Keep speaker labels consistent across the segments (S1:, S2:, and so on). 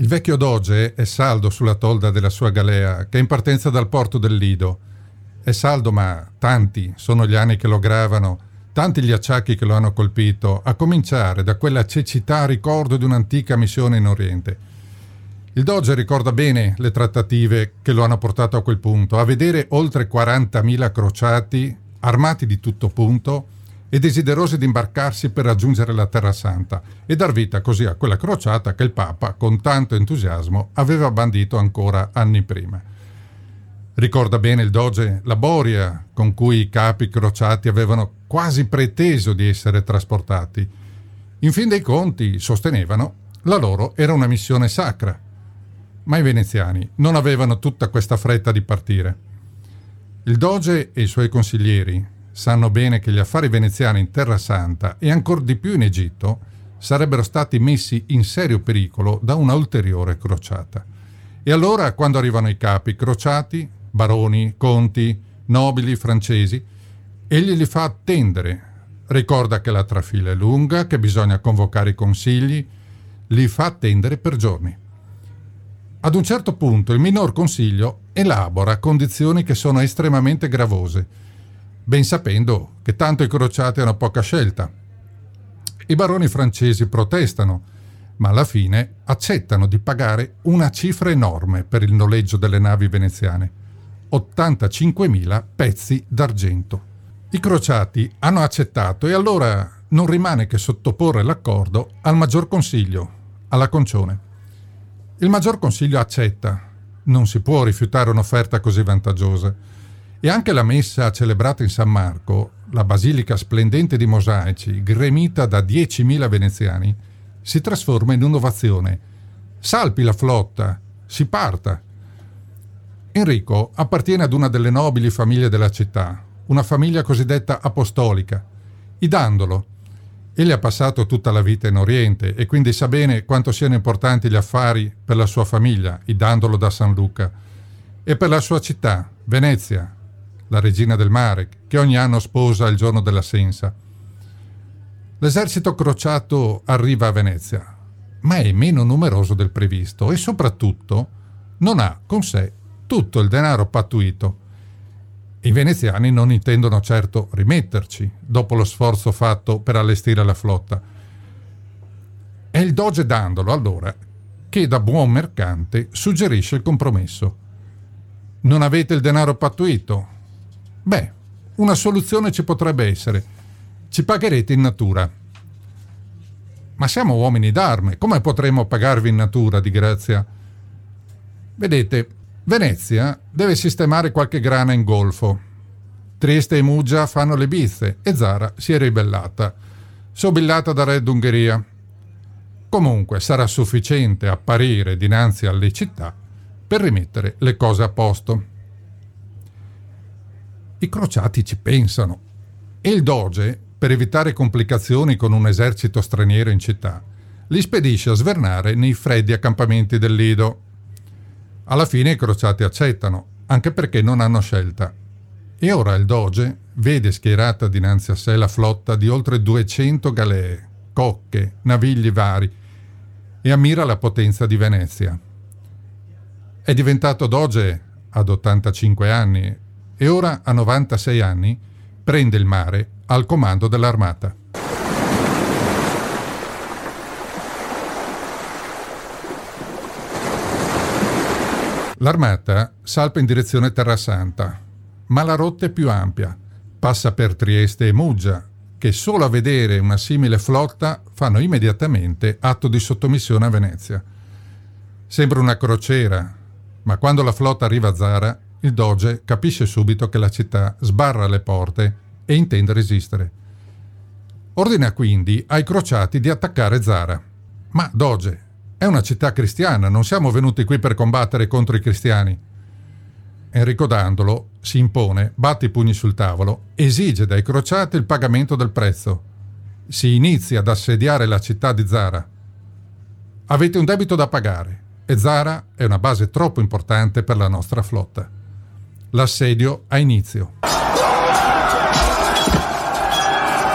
S1: Il vecchio doge è saldo sulla tolda della sua galea, che è in partenza dal porto del Lido. È saldo, ma tanti sono gli anni che lo gravano, tanti gli acciacchi che lo hanno colpito, a cominciare da quella cecità a ricordo di un'antica missione in Oriente. Il doge ricorda bene le trattative che lo hanno portato a quel punto, a vedere oltre 40.000 crociati, armati di tutto punto e desiderosi di imbarcarsi per raggiungere la Terra Santa e dar vita così a quella crociata che il Papa, con tanto entusiasmo, aveva bandito ancora anni prima. Ricorda bene il doge la boria con cui i capi crociati avevano quasi preteso di essere trasportati. In fin dei conti, sostenevano, la loro era una missione sacra. Ma i veneziani non avevano tutta questa fretta di partire. Il doge e i suoi consiglieri sanno bene che gli affari veneziani in Terra Santa e ancor di più in Egitto sarebbero stati messi in serio pericolo da una ulteriore crociata. E allora, quando arrivano i capi crociati, baroni, conti, nobili francesi, egli li fa attendere. Ricorda che la trafila è lunga, che bisogna convocare i consigli, li fa attendere per giorni. Ad un certo punto il minor consiglio elabora condizioni che sono estremamente gravose, ben sapendo che tanto i crociati hanno poca scelta. I baroni francesi protestano, ma alla fine accettano di pagare una cifra enorme per il noleggio delle navi veneziane, 85.000 pezzi d'argento. I crociati hanno accettato e allora non rimane che sottoporre l'accordo al Maggior Consiglio, alla Concione. Il Maggior Consiglio accetta, non si può rifiutare un'offerta così vantaggiosa. E anche la messa celebrata in San Marco, la basilica splendente di mosaici, gremita da 10.000 veneziani, si trasforma in un'ovazione. Salpi la flotta, si parta. Enrico appartiene ad una delle nobili famiglie della città, una famiglia cosiddetta apostolica, i Dandolo. Egli ha passato tutta la vita in Oriente e quindi sa bene quanto siano importanti gli affari per la sua famiglia, i Dandolo da San Luca, e per la sua città, Venezia, la regina del mare, che ogni anno sposa il giorno dell'Assenza. L'esercito crociato arriva a Venezia, ma è meno numeroso del previsto e soprattutto non ha con sé tutto il denaro pattuito. I veneziani non intendono certo rimetterci dopo lo sforzo fatto per allestire la flotta. È il doge Dandolo, allora, che da buon mercante suggerisce il compromesso. Non avete il denaro pattuito? Beh, una soluzione ci potrebbe essere. Ci pagherete in natura. Ma siamo uomini d'arme, come potremo pagarvi in natura, di grazia? Vedete, Venezia deve sistemare qualche grana in golfo. Trieste e Muggia fanno le bizze e Zara si è ribellata, sobillata da re d'Ungheria. Comunque sarà sufficiente apparire dinanzi alle città per rimettere le cose a posto. I crociati ci pensano e il doge, per evitare complicazioni con un esercito straniero in città, li spedisce a svernare nei freddi accampamenti del Lido. Alla fine i crociati accettano, anche perché non hanno scelta. E ora il doge vede schierata dinanzi a sé la flotta di oltre 200 galee, cocche, navigli vari e ammira la potenza di Venezia. È diventato doge ad 85 anni e ora a 96 anni prende il mare al comando dell'armata. L'armata salpa in direzione Terra Santa, ma la rotta è più ampia, passa per Trieste e Muggia, che solo a vedere una simile flotta fanno immediatamente atto di sottomissione a Venezia. Sembra una crociera, ma quando la flotta arriva a Zara, il doge capisce subito che la città sbarra le porte e intende resistere. Ordina quindi ai crociati di attaccare Zara. Ma, doge, è una città cristiana, non siamo venuti qui per combattere contro i cristiani. Enrico Dandolo si impone, batte i pugni sul tavolo, esige dai crociati il pagamento del prezzo. Si inizia ad assediare la città di Zara. Avete un debito da pagare e Zara è una base troppo importante per la nostra flotta. L'assedio ha inizio.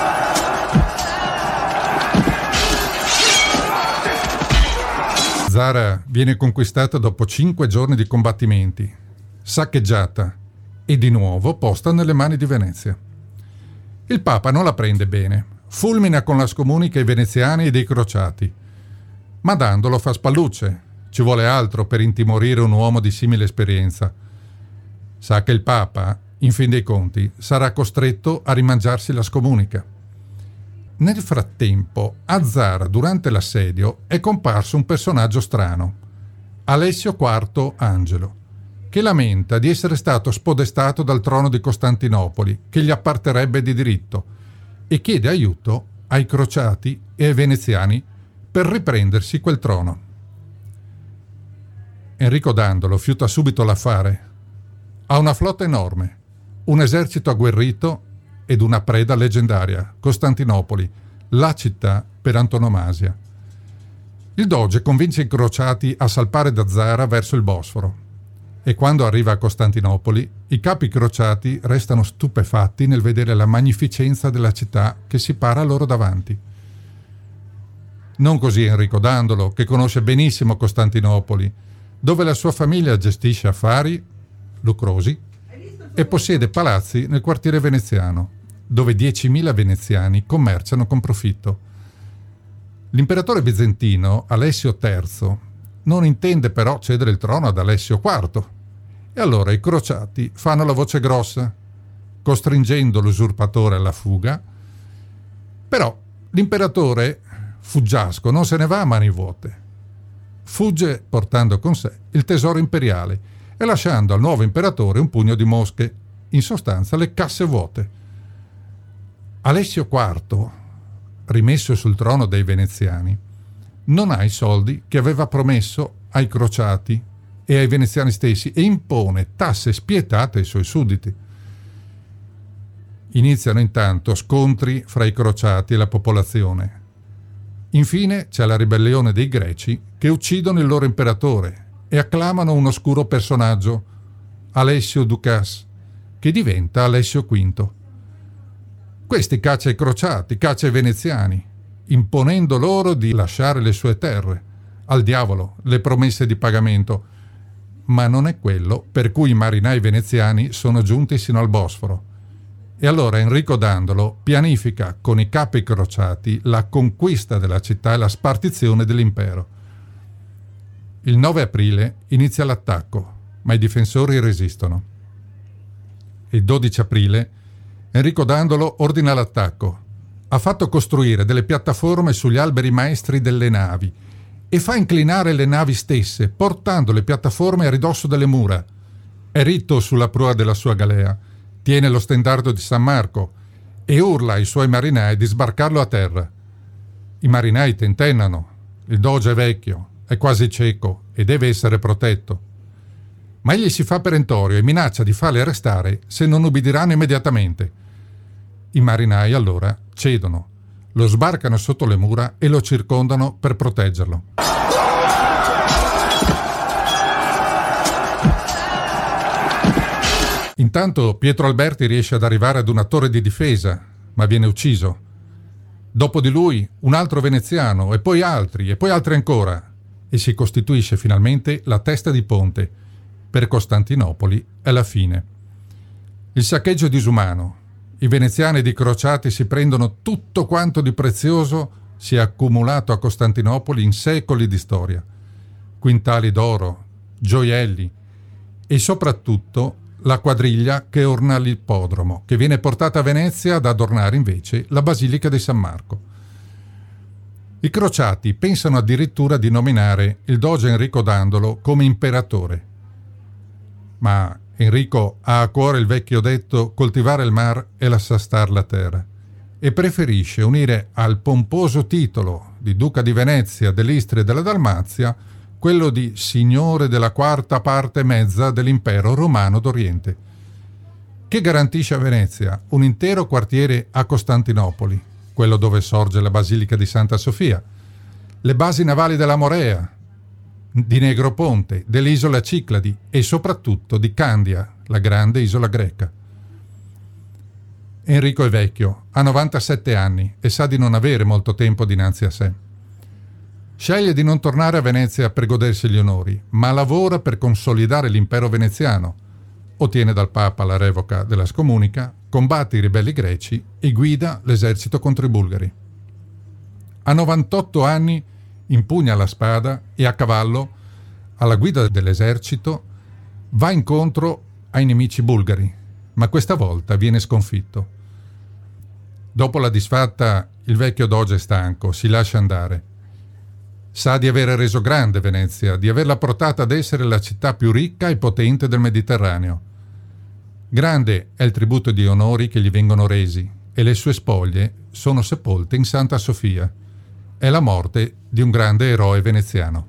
S1: Zara Zara viene conquistata dopo 5 giorni di combattimenti, saccheggiata e di nuovo posta nelle mani di Venezia. Il Papa non la prende bene, fulmina con la scomunica i veneziani e dei crociati, ma Dandolo fa spallucce. Ci vuole altro per intimorire un uomo di simile esperienza. Sa che il Papa, in fin dei conti, sarà costretto a rimangiarsi la scomunica. Nel frattempo, a Zara, durante l'assedio, è comparso un personaggio strano, Alessio IV Angelo, che lamenta di essere stato spodestato dal trono di Costantinopoli, che gli apparterebbe di diritto, e chiede aiuto ai crociati e ai veneziani per riprendersi quel trono. Enrico Dandolo fiuta subito l'affare. Ha una flotta enorme, un esercito agguerrito ed una preda leggendaria, Costantinopoli, la città per antonomasia. Il doge convince i crociati a salpare da Zara verso il Bosforo e quando arriva a Costantinopoli i capi crociati restano stupefatti nel vedere la magnificenza della città che si para loro davanti. Non così Enrico Dandolo, che conosce benissimo Costantinopoli, dove la sua famiglia gestisce affari lucrosi e possiede palazzi nel quartiere veneziano, dove 10.000 veneziani commerciano con profitto. L'imperatore bizantino Alessio III non intende però cedere il trono ad Alessio IV e allora i crociati fanno la voce grossa, costringendo l'usurpatore alla fuga. Però l'imperatore fuggiasco non se ne va a mani vuote. Fugge portando con sé il tesoro imperiale e lasciando al nuovo imperatore un pugno di mosche, in sostanza le casse vuote. Alessio IV, rimesso sul trono dei veneziani, non ha i soldi che aveva promesso ai crociati e ai veneziani stessi e impone tasse spietate ai suoi sudditi. Iniziano intanto scontri fra i crociati e la popolazione. Infine c'è la ribellione dei greci che uccidono il loro imperatore e acclamano un oscuro personaggio, Alessio Ducas, che diventa Alessio V. Questi caccia i crociati, caccia i veneziani, imponendo loro di lasciare le sue terre, al diavolo le promesse di pagamento, ma non è quello per cui i marinai veneziani sono giunti sino al Bosforo. E allora Enrico Dandolo pianifica con i capi crociati la conquista della città e la spartizione dell'impero. Il 9 aprile inizia l'attacco, ma i difensori resistono. Il 12 aprile Enrico Dandolo ordina l'attacco. Ha fatto costruire delle piattaforme sugli alberi maestri delle navi e fa inclinare le navi stesse, portando le piattaforme a ridosso delle mura. È ritto sulla prua della sua galea, tiene lo stendardo di San Marco e urla ai suoi marinai di sbarcarlo a terra. I marinai tentennano. Il doge è vecchio, è quasi cieco e deve essere protetto. Ma egli si fa perentorio e minaccia di farli arrestare se non ubbidiranno immediatamente. I marinai allora cedono, lo sbarcano sotto le mura e lo circondano per proteggerlo. Intanto Pietro Alberti riesce ad arrivare ad una torre di difesa, ma viene ucciso. Dopo di lui un altro veneziano, e poi altri ancora, e si costituisce finalmente la testa di ponte. Per Costantinopoli è la fine. Il saccheggio è disumano. I veneziani ed i crociati si prendono tutto quanto di prezioso si è accumulato a Costantinopoli in secoli di storia. Quintali d'oro, gioielli e soprattutto la quadriglia che orna l'ippodromo, che viene portata a Venezia ad adornare invece la Basilica di San Marco. I crociati pensano addirittura di nominare il doge Enrico Dandolo come imperatore. Ma Enrico ha a cuore il vecchio detto coltivare il mar e l'assastar la terra e preferisce unire al pomposo titolo di Duca di Venezia, dell'Istria e della Dalmazia quello di Signore della quarta parte mezza dell'Impero Romano d'Oriente, che garantisce a Venezia un intero quartiere a Costantinopoli, quello dove sorge la Basilica di Santa Sofia, le basi navali della Morea, di Negroponte, delle isole Cicladi e soprattutto di Candia, la grande isola greca. Enrico è vecchio, ha 97 anni e sa di non avere molto tempo dinanzi a sé. Sceglie di non tornare a Venezia per godersi gli onori, ma lavora per consolidare l'impero veneziano. Ottiene dal Papa la revoca della scomunica, combatte i ribelli greci e guida l'esercito contro i bulgari. A 98 anni impugna la spada e a cavallo, alla guida dell'esercito, va incontro ai nemici bulgari, ma questa volta viene sconfitto. Dopo la disfatta, il vecchio doge è stanco, si lascia andare. Sa di aver reso grande Venezia, di averla portata ad essere la città più ricca e potente del Mediterraneo. Grande è il tributo di onori che gli vengono resi e le sue spoglie sono sepolte in Santa Sofia. È la morte di un grande eroe veneziano.